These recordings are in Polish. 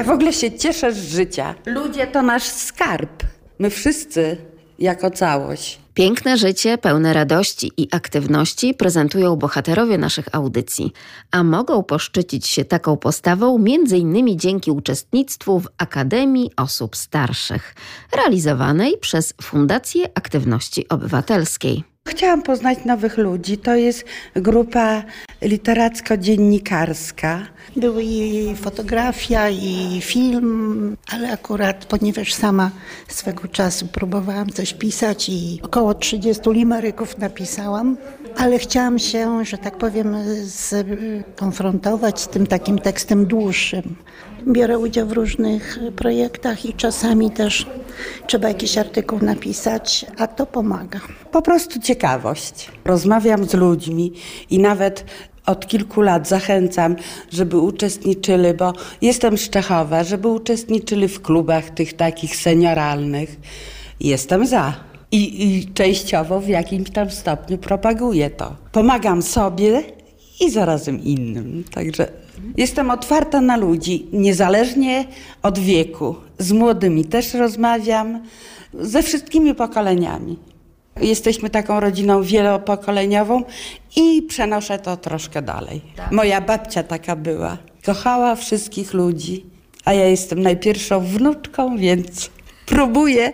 w ogóle się cieszę z życia. Ludzie to nasz skarb. My wszyscy jako całość. Piękne życie, pełne radości i aktywności prezentują bohaterowie naszych audycji, a mogą poszczycić się taką postawą m.in. dzięki uczestnictwu w Akademii Osób Starszych, realizowanej przez Fundację Aktywności Obywatelskiej. Chciałam poznać nowych ludzi. To jest grupa literacko-dziennikarska. Były i fotografia, i film, ale akurat, ponieważ sama swego czasu próbowałam coś pisać i około 30 limeryków napisałam, ale chciałam się, że tak powiem, skonfrontować z tym takim tekstem dłuższym. Biorę udział w różnych projektach i czasami też trzeba jakiś artykuł napisać, a to pomaga. Po prostu ciekawość. Rozmawiam z ludźmi i nawet od kilku lat zachęcam, żeby uczestniczyli, bo jestem z Czechowa, żeby uczestniczyli w klubach tych takich senioralnych. Jestem za. I częściowo w jakimś tam stopniu propaguję to. Pomagam sobie i zarazem innym. Także jestem otwarta na ludzi, niezależnie od wieku. Z młodymi też rozmawiam, ze wszystkimi pokoleniami. Jesteśmy taką rodziną wielopokoleniową i przenoszę to troszkę dalej. Moja babcia taka była. Kochała wszystkich ludzi, a ja jestem najpierwszą wnuczką, więc próbuję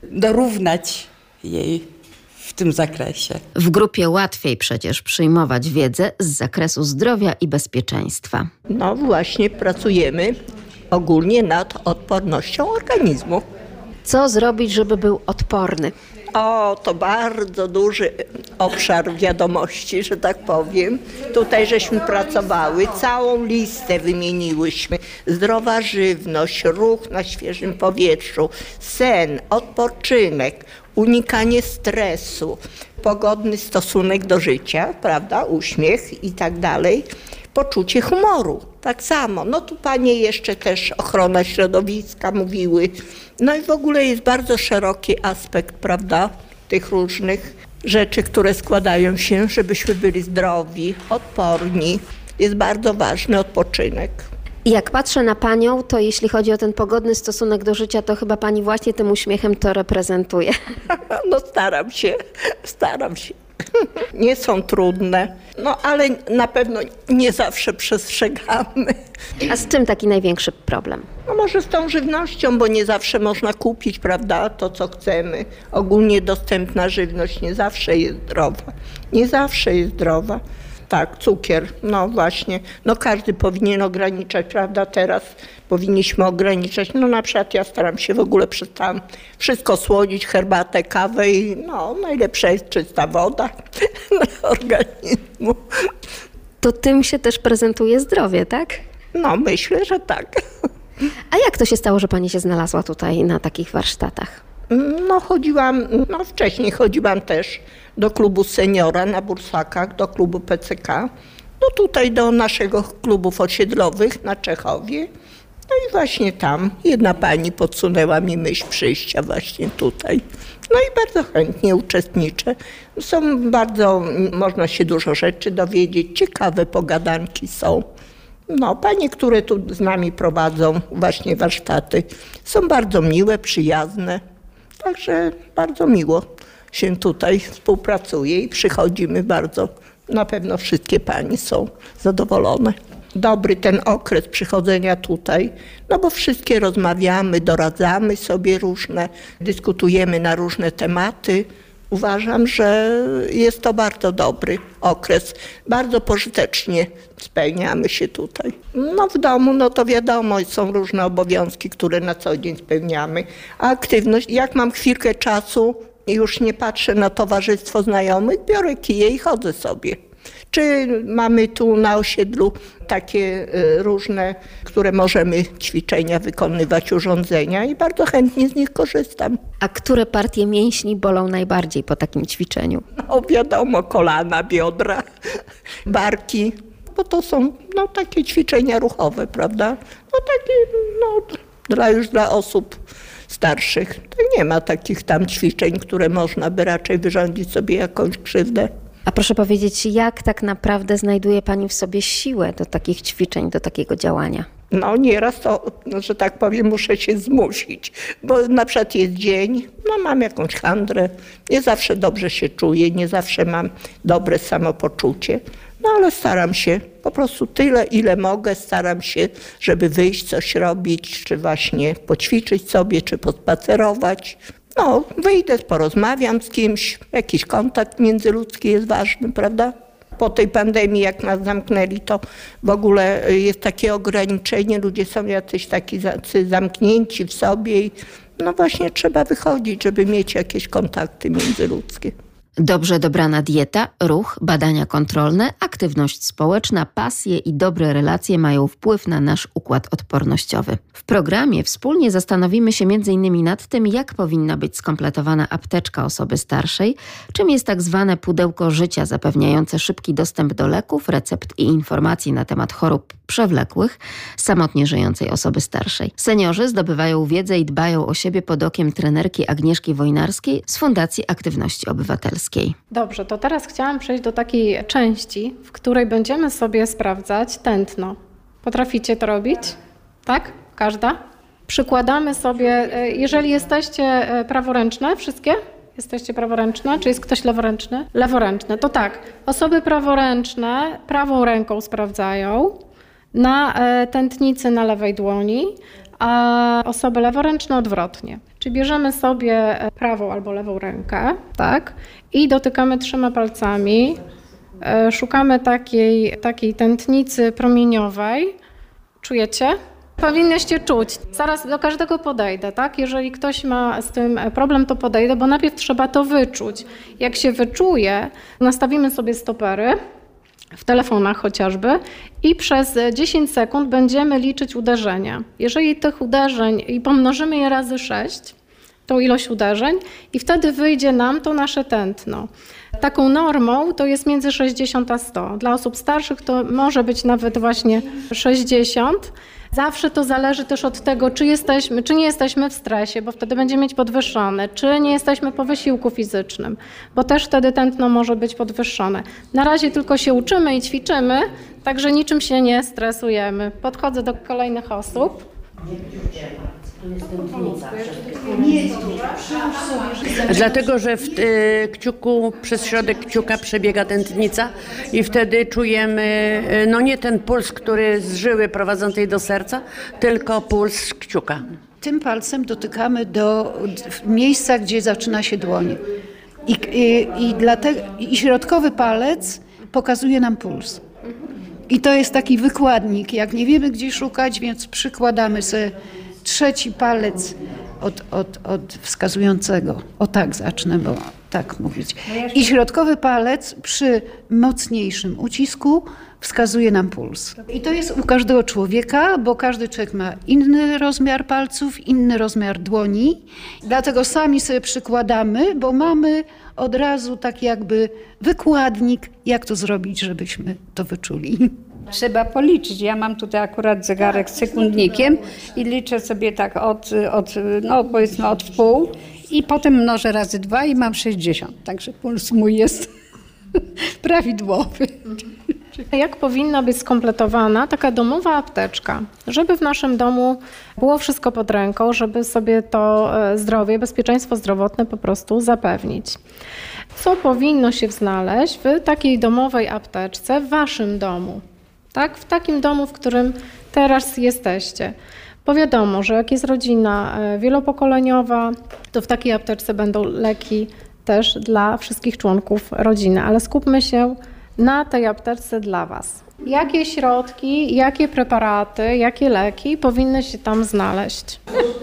dorównać jej w tym zakresie. W grupie łatwiej przecież przyjmować wiedzę z zakresu zdrowia i bezpieczeństwa. No właśnie pracujemy ogólnie nad odpornością organizmu. Co zrobić, żeby był odporny? O, to bardzo duży obszar wiadomości, że tak powiem. Tutaj żeśmy pracowały, całą listę wymieniłyśmy. Zdrowa żywność, ruch na świeżym powietrzu, sen, odpoczynek, unikanie stresu, pogodny stosunek do życia, prawda, uśmiech i tak dalej. Poczucie humoru, tak samo. No tu panie jeszcze też ochrona środowiska mówiły. No i w ogóle jest bardzo szeroki aspekt, prawda, tych różnych rzeczy, które składają się, żebyśmy byli zdrowi, odporni. Jest bardzo ważny odpoczynek. I jak patrzę na panią, to jeśli chodzi o ten pogodny stosunek do życia, to chyba pani właśnie tym uśmiechem to reprezentuje. No staram się. Nie są trudne, no ale na pewno nie zawsze przestrzegamy. A z czym taki największy problem? No może z tą żywnością, bo nie zawsze można kupić, prawda, to co chcemy. Ogólnie dostępna żywność nie zawsze jest zdrowa. Tak, cukier, no właśnie. No każdy powinien ograniczać, prawda, teraz powinniśmy ograniczać. No na przykład ja staram się w ogóle przestałam wszystko słodzić, herbatę, kawę i no najlepsza jest czysta woda dla organizmu. To tym się też prezentuje zdrowie, tak? No myślę, że tak. A jak to się stało, że pani się znalazła tutaj na takich warsztatach? No wcześniej chodziłam też do klubu seniora na Bursakach, do klubu PCK, no tutaj do naszego klubów osiedlowych na Czechowie. No i właśnie tam jedna pani podsunęła mi myśl przyjścia właśnie tutaj. No i bardzo chętnie uczestniczę. Można się dużo rzeczy dowiedzieć, ciekawe pogadanki są. No, panie, które tu z nami prowadzą właśnie warsztaty, są bardzo miłe, przyjazne. Także bardzo miło się tutaj współpracuje i przychodzimy bardzo. Na pewno wszystkie panie są zadowolone. Dobry ten okres przychodzenia tutaj, no bo wszystkie rozmawiamy, doradzamy sobie różne, dyskutujemy na różne tematy. Uważam, że jest to bardzo dobry okres. Bardzo pożytecznie spełniamy się tutaj. No w domu, no to wiadomo, są różne obowiązki, które na co dzień spełniamy. A aktywność, jak mam chwilkę czasu i już nie patrzę na towarzystwo znajomych, biorę kije i chodzę sobie. Czy mamy tu na osiedlu takie różne, które możemy ćwiczenia wykonywać, urządzenia i bardzo chętnie z nich korzystam. A które partie mięśni bolą najbardziej po takim ćwiczeniu? No wiadomo, kolana, biodra, barki, bo to są takie ćwiczenia ruchowe, prawda? No takie dla osób starszych. To nie ma takich tam ćwiczeń, które można by raczej wyrządzić sobie jakąś krzywdę. A proszę powiedzieć, jak tak naprawdę znajduje pani w sobie siłę do takich ćwiczeń, do takiego działania? No nieraz to, że tak powiem, muszę się zmusić, bo na przykład jest dzień, mam jakąś handrę, nie zawsze dobrze się czuję, nie zawsze mam dobre samopoczucie, ale staram się po prostu tyle, ile mogę, staram się, żeby wyjść, coś robić, czy właśnie poćwiczyć sobie, czy pospacerować. Wyjdę, porozmawiam z kimś, jakiś kontakt międzyludzki jest ważny, prawda? Po tej pandemii, jak nas zamknęli, to w ogóle jest takie ograniczenie, ludzie są jacyś tacy zamknięci w sobie i właśnie trzeba wychodzić, żeby mieć jakieś kontakty międzyludzkie. Dobrze dobrana dieta, ruch, badania kontrolne, aktywność społeczna, pasje i dobre relacje mają wpływ na nasz układ odpornościowy. W programie wspólnie zastanowimy się m.in. nad tym, jak powinna być skompletowana apteczka osoby starszej, czym jest tak zwane pudełko życia zapewniające szybki dostęp do leków, recept i informacji na temat chorób przewlekłych samotnie żyjącej osoby starszej. Seniorzy zdobywają wiedzę i dbają o siebie pod okiem trenerki Agnieszki Wojnarskiej z Fundacji Aktywności Obywatelskiej. Dobrze, to teraz chciałam przejść do takiej części, w której będziemy sobie sprawdzać tętno. Potraficie to robić? Tak? Każda? Przykładamy sobie, jeżeli jesteście praworęczne, wszystkie? Jesteście praworęczne? Czy jest ktoś leworęczny? Leworęczne, to tak. Osoby praworęczne prawą ręką sprawdzają na tętnicy na lewej dłoni, a osoby leworęczne odwrotnie. Czyli bierzemy sobie prawą albo lewą rękę, tak, i dotykamy 3 palcami, szukamy takiej tętnicy promieniowej. Czujecie? Powinnyście czuć. Zaraz do każdego podejdę, tak? Jeżeli ktoś ma z tym problem, to podejdę, bo najpierw trzeba to wyczuć. Jak się wyczuje, nastawimy sobie stopery, w telefonach chociażby, i przez 10 sekund będziemy liczyć uderzenia. Jeżeli tych uderzeń, i pomnożymy je razy 6, tą ilość uderzeń, i wtedy wyjdzie nam to nasze tętno. Taką normą to jest między 60 a 100. Dla osób starszych to może być nawet właśnie 60. Zawsze to zależy też od tego, czy nie jesteśmy w stresie, bo wtedy będziemy mieć podwyższone, czy nie jesteśmy po wysiłku fizycznym, bo też wtedy tętno może być podwyższone. Na razie tylko się uczymy i ćwiczymy, także niczym się nie stresujemy. Podchodzę do kolejnych osób. Dlatego, że w kciuku, przez środek kciuka przebiega tętnica i wtedy czujemy, nie ten puls, który z żyły prowadzącej do serca, tylko puls kciuka. Tym palcem dotykamy do miejsca, gdzie zaczyna się dłoń. I środkowy palec pokazuje nam puls. I to jest taki wykładnik, jak nie wiemy, gdzie szukać, więc przykładamy sobie 3. palec od wskazującego. O tak zacznę, bo tak mówić. I środkowy palec przy mocniejszym ucisku wskazuje nam puls. I to jest u każdego człowieka, bo każdy człowiek ma inny rozmiar palców, inny rozmiar dłoni. Dlatego sami sobie przykładamy, bo mamy od razu tak jakby wykładnik, jak to zrobić, żebyśmy to wyczuli. Trzeba policzyć. Ja mam tutaj akurat zegarek z sekundnikiem i liczę sobie tak powiedzmy od wpół i potem mnożę razy 2 i mam 60. Także puls mój jest prawidłowy. Jak powinna być skompletowana taka domowa apteczka, żeby w naszym domu było wszystko pod ręką, żeby sobie to zdrowie, bezpieczeństwo zdrowotne po prostu zapewnić. Co powinno się znaleźć w takiej domowej apteczce w waszym domu? Tak? W takim domu, w którym teraz jesteście. Bo wiadomo, że jak jest rodzina wielopokoleniowa, to w takiej apteczce będą leki też dla wszystkich członków rodziny, ale skupmy się na tej apteczce dla was. Jakie środki, jakie preparaty, jakie leki powinny się tam znaleźć?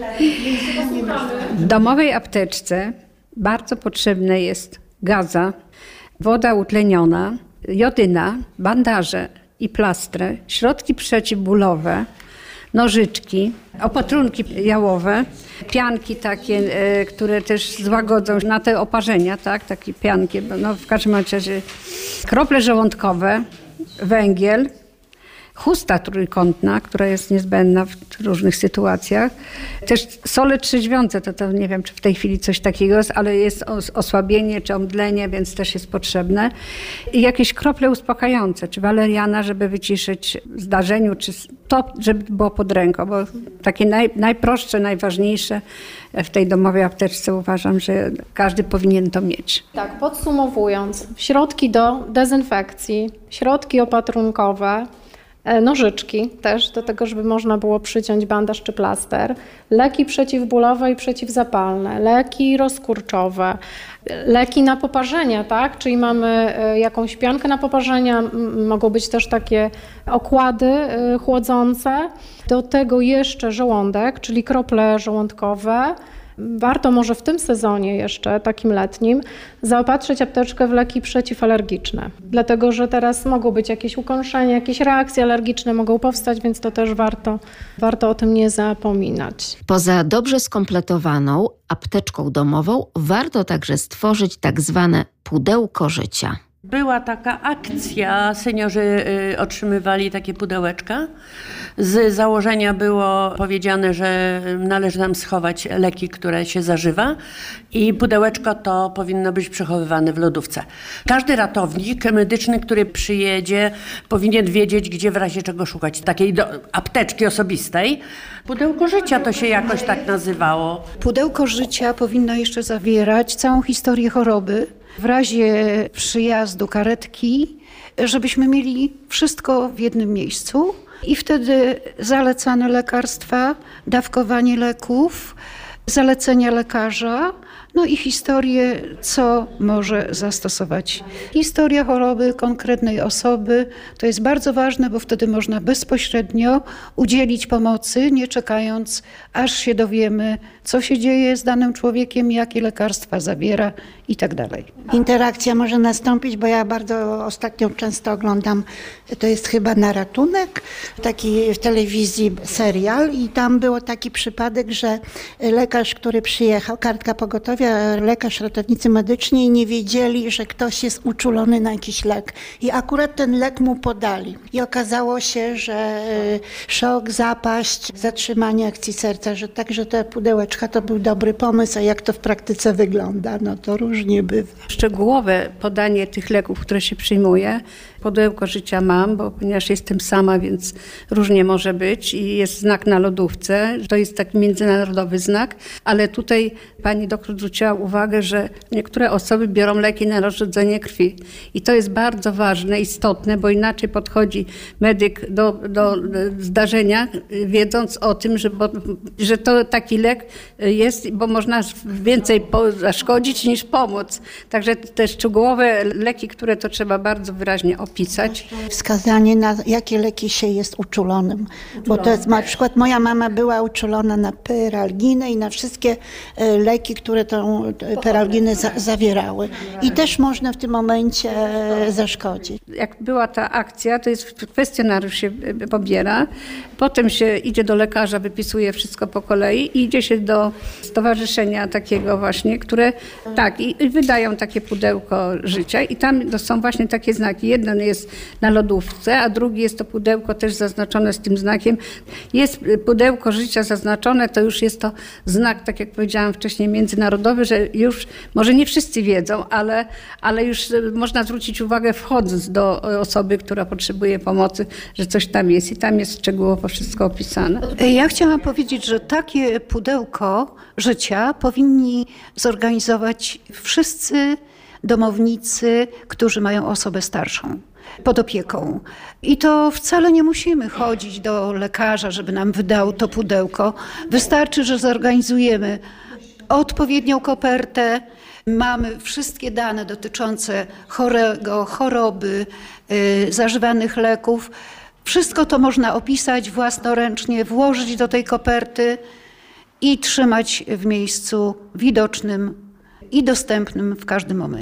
W domowej apteczce bardzo potrzebne jest gaza, woda utleniona, jodyna, bandaże i plastry, środki przeciwbólowe, nożyczki, opatrunki jałowe, pianki takie, które też złagodzą na te oparzenia, tak, takie pianki, w każdym razie krople żołądkowe, węgiel, chusta trójkątna, która jest niezbędna w różnych sytuacjach. Też sole trzeźwiące, to nie wiem, czy w tej chwili coś takiego jest, ale jest osłabienie czy omdlenie, więc też jest potrzebne. I jakieś krople uspokajające, czy waleriana, żeby wyciszyć w zdarzeniu, czy to, żeby było pod ręką, bo takie najprostsze, najważniejsze w tej domowej apteczce uważam, że każdy powinien to mieć. Tak, podsumowując, środki do dezynfekcji, środki opatrunkowe, nożyczki też do tego, żeby można było przyciąć bandaż czy plaster, leki przeciwbólowe i przeciwzapalne, leki rozkurczowe, leki na poparzenia, tak? Czyli mamy jakąś piankę na poparzenia, mogą być też takie okłady chłodzące. Do tego jeszcze żołądek, czyli krople żołądkowe. Warto może w tym sezonie jeszcze, takim letnim, zaopatrzyć apteczkę w leki przeciwalergiczne. Dlatego, że teraz mogą być jakieś ukąszenia, jakieś reakcje alergiczne mogą powstać, więc to też warto o tym nie zapominać. Poza dobrze skompletowaną apteczką domową warto także stworzyć tak zwane pudełko życia. Była taka akcja, seniorzy otrzymywali takie pudełeczka. Z założenia było powiedziane, że należy tam schować leki, które się zażywa i pudełeczko to powinno być przechowywane w lodówce. Każdy ratownik medyczny, który przyjedzie, powinien wiedzieć, gdzie w razie czego szukać takiej apteczki osobistej. Pudełko życia to się jakoś tak nazywało. Pudełko życia powinno jeszcze zawierać całą historię choroby. W razie przyjazdu karetki, żebyśmy mieli wszystko w jednym miejscu i wtedy zalecane lekarstwa, dawkowanie leków, zalecenia lekarza, no i historię, co może zastosować. Historia choroby konkretnej osoby to jest bardzo ważne, bo wtedy można bezpośrednio udzielić pomocy, nie czekając, aż się dowiemy, co się dzieje z danym człowiekiem, jakie lekarstwa zawiera i tak dalej. Interakcja może nastąpić, bo ja bardzo ostatnio często oglądam, to jest chyba Na ratunek, taki w telewizji serial i tam był taki przypadek, że lekarz, który przyjechał, kartka pogotowia, lekarz, ratownicy medyczni nie wiedzieli, że ktoś jest uczulony na jakiś lek i akurat ten lek mu podali i okazało się, że szok, zapaść, zatrzymanie akcji serca, że także te pudełeczka to był dobry pomysł, a jak to w praktyce wygląda, no to różnie bywa. Szczegółowe podanie tych leków, które się przyjmuje, pudełko życia mam, bo ponieważ jestem sama, więc różnie może być i jest znak na lodówce, to jest taki międzynarodowy znak, ale tutaj pani doktor zwróciła uwagę, że niektóre osoby biorą leki na rozrzedzenie krwi i to jest bardzo ważne, istotne, bo inaczej podchodzi medyk do zdarzenia, wiedząc o tym, że to taki lek jest, bo można więcej zaszkodzić niż pomóc. Także te szczegółowe leki, które to trzeba bardzo wyraźnie opisać. Wskazanie, na jakie leki się jest uczulonym, bo to jest na przykład moja mama była uczulona na peralginę i na wszystkie leki, które tą peralginę zawierały i też można w tym momencie zaszkodzić. Jak była ta akcja, to jest kwestionariusz się pobiera, potem się idzie do lekarza, wypisuje wszystko po kolei i idzie się do stowarzyszenia takiego właśnie, które tak i wydają takie pudełko życia i tam są właśnie takie znaki. Jeden jest na lodówce, a drugi jest to pudełko też zaznaczone z tym znakiem. Jest pudełko życia zaznaczone, to już jest to znak, tak jak powiedziałam wcześniej, międzynarodowy, że już może nie wszyscy wiedzą, ale już można zwrócić uwagę wchodząc do osoby, która potrzebuje pomocy, że coś tam jest i tam jest szczegółowo wszystko opisane. Ja chciałam powiedzieć, że takie pudełko życia powinni zorganizować wszyscy domownicy, którzy mają osobę starszą pod opieką. I to wcale nie musimy chodzić do lekarza, żeby nam wydał to pudełko. Wystarczy, że zorganizujemy odpowiednią kopertę, mamy wszystkie dane dotyczące chorego, choroby, zażywanych leków. Wszystko to można opisać własnoręcznie, włożyć do tej koperty i trzymać w miejscu widocznym i dostępnym w każdym momencie.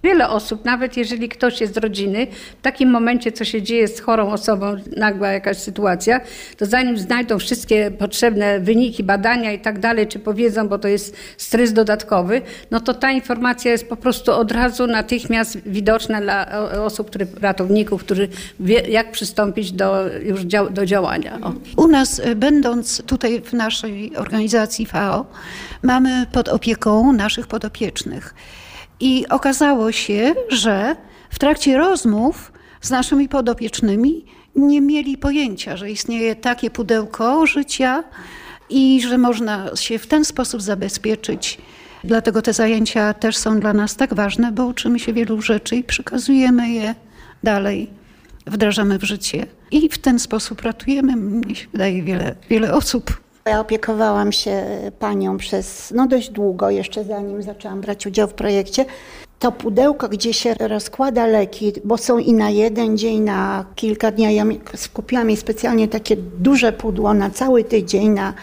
Wiele osób, nawet jeżeli ktoś jest z rodziny, w takim momencie, co się dzieje z chorą osobą, nagła jakaś sytuacja, to zanim znajdą wszystkie potrzebne wyniki, badania i tak dalej, czy powiedzą, bo to jest stres dodatkowy, no to ta informacja jest po prostu od razu natychmiast widoczna dla osób, ratowników, którzy wie, jak przystąpić do działania. U nas, będąc tutaj w naszej organizacji FAO, mamy pod opieką naszych podopiecznych. I okazało się, że w trakcie rozmów z naszymi podopiecznymi nie mieli pojęcia, że istnieje takie pudełko życia i że można się w ten sposób zabezpieczyć. Dlatego te zajęcia też są dla nas tak ważne, bo uczymy się wielu rzeczy i przekazujemy je dalej, wdrażamy w życie. I w ten sposób ratujemy, mnie się wydaje, wiele osób. Ja opiekowałam się panią przez dość długo, jeszcze zanim zaczęłam brać udział w projekcie. To pudełko, gdzie się rozkłada leki, bo są i na jeden dzień, na kilka dni. Ja skupiłam jej specjalnie takie duże pudło na cały tydzień, na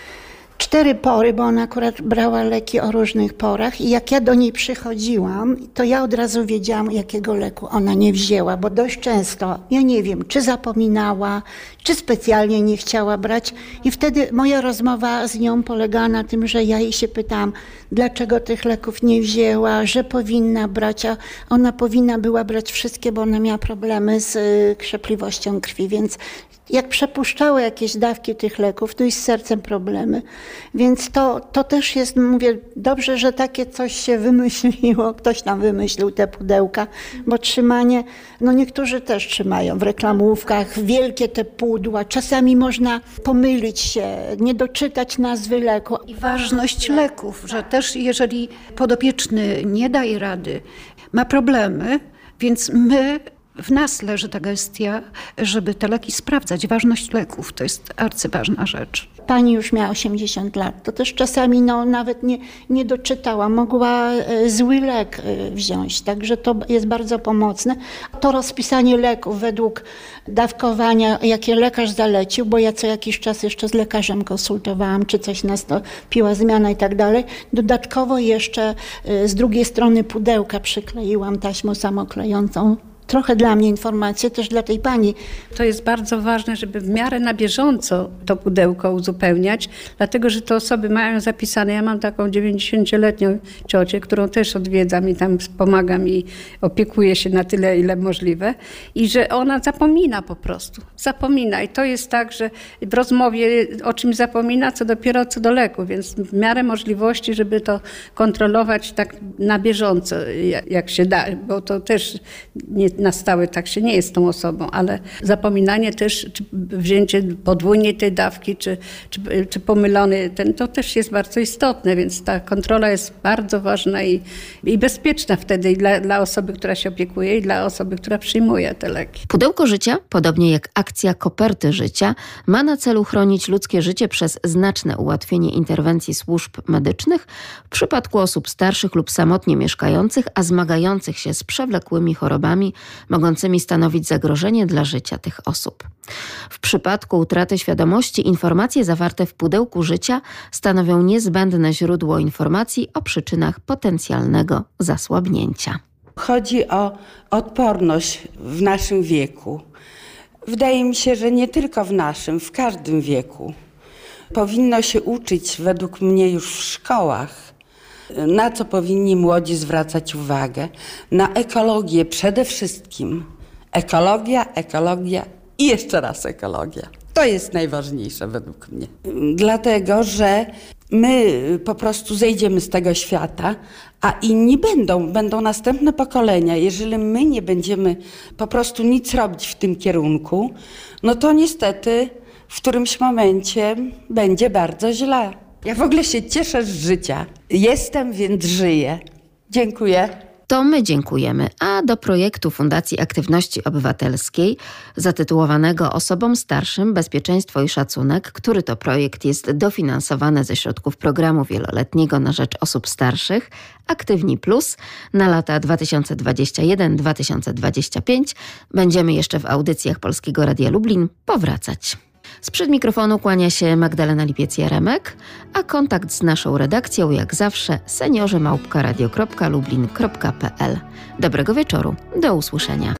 4 pory, bo ona akurat brała leki o różnych porach i jak ja do niej przychodziłam, to ja od razu wiedziałam, jakiego leku ona nie wzięła, bo dość często, ja nie wiem, czy zapominała, czy specjalnie nie chciała brać i wtedy moja rozmowa z nią polegała na tym, że ja jej się pytałam, dlaczego tych leków nie wzięła, że powinna brać, a ona powinna była brać wszystkie, bo ona miała problemy z krzepliwością krwi, więc jak przepuszczała jakieś dawki tych leków, to i z sercem problemy. Więc to też jest, mówię, dobrze, że takie coś się wymyśliło, ktoś tam wymyślił te pudełka, bo trzymanie, niektórzy też trzymają w reklamówkach, wielkie te pudła, czasami można pomylić się, nie doczytać nazwy leku. I ważność leków, że też jeżeli podopieczny nie daje rady, ma problemy, więc w nas leży ta gestia, żeby te leki sprawdzać. Ważność leków to jest arcyważna rzecz. Pani już miała 80 lat, to też czasami nawet nie doczytała, mogła zły lek wziąć, także to jest bardzo pomocne. To rozpisanie leków według dawkowania, jakie lekarz zalecił, bo ja co jakiś czas jeszcze z lekarzem konsultowałam, czy coś nastąpiła zmiana i tak dalej. Dodatkowo jeszcze z drugiej strony pudełka przykleiłam taśmą samoklejącą. Trochę dla mnie informacje, też dla tej pani. To jest bardzo ważne, żeby w miarę na bieżąco to pudełko uzupełniać, dlatego że te osoby mają zapisane. Ja mam taką 90-letnią ciocię, którą też odwiedzam i tam pomagam i opiekuję się na tyle, ile możliwe. I że ona zapomina po prostu. Zapomina. I to jest tak, że w rozmowie o czymś zapomina, co dopiero co do leku. Więc w miarę możliwości, żeby to kontrolować tak na bieżąco, jak się da. Bo to też nie na stałe tak się nie jest tą osobą, ale zapominanie też, czy wzięcie podwójnie tej dawki, czy pomylony to też jest bardzo istotne, więc ta kontrola jest bardzo ważna i bezpieczna wtedy i dla osoby, która się opiekuje i dla osoby, która przyjmuje te leki. Pudełko życia, podobnie jak akcja Koperty Życia, ma na celu chronić ludzkie życie przez znaczne ułatwienie interwencji służb medycznych w przypadku osób starszych lub samotnie mieszkających, a zmagających się z przewlekłymi chorobami, mogącymi stanowić zagrożenie dla życia tych osób. W przypadku utraty świadomości informacje zawarte w pudełku życia stanowią niezbędne źródło informacji o przyczynach potencjalnego zasłabnięcia. Chodzi o odporność w naszym wieku. Wydaje mi się, że nie tylko w naszym, w każdym wieku. Powinno się uczyć według mnie już w szkołach, na co powinni młodzi zwracać uwagę. Na ekologię przede wszystkim. Ekologia i jeszcze raz ekologia. To jest najważniejsze według mnie. Dlatego, że my po prostu zejdziemy z tego świata, a inni będą następne pokolenia. Jeżeli my nie będziemy po prostu nic robić w tym kierunku, no to niestety w którymś momencie będzie bardzo źle. Ja w ogóle się cieszę z życia. Jestem, więc żyję. Dziękuję. To my dziękujemy, a do projektu Fundacji Aktywności Obywatelskiej zatytułowanego Osobom Starszym Bezpieczeństwo i Szacunek, który to projekt jest dofinansowany ze środków programu wieloletniego na rzecz osób starszych Aktywni Plus na lata 2021-2025 będziemy jeszcze w audycjach Polskiego Radia Lublin powracać. Sprzed mikrofonu kłania się Magdalena Lipiec-Jaremek, a kontakt z naszą redakcją jak zawsze seniorzy@radio.lublin.pl. Dobrego wieczoru, do usłyszenia.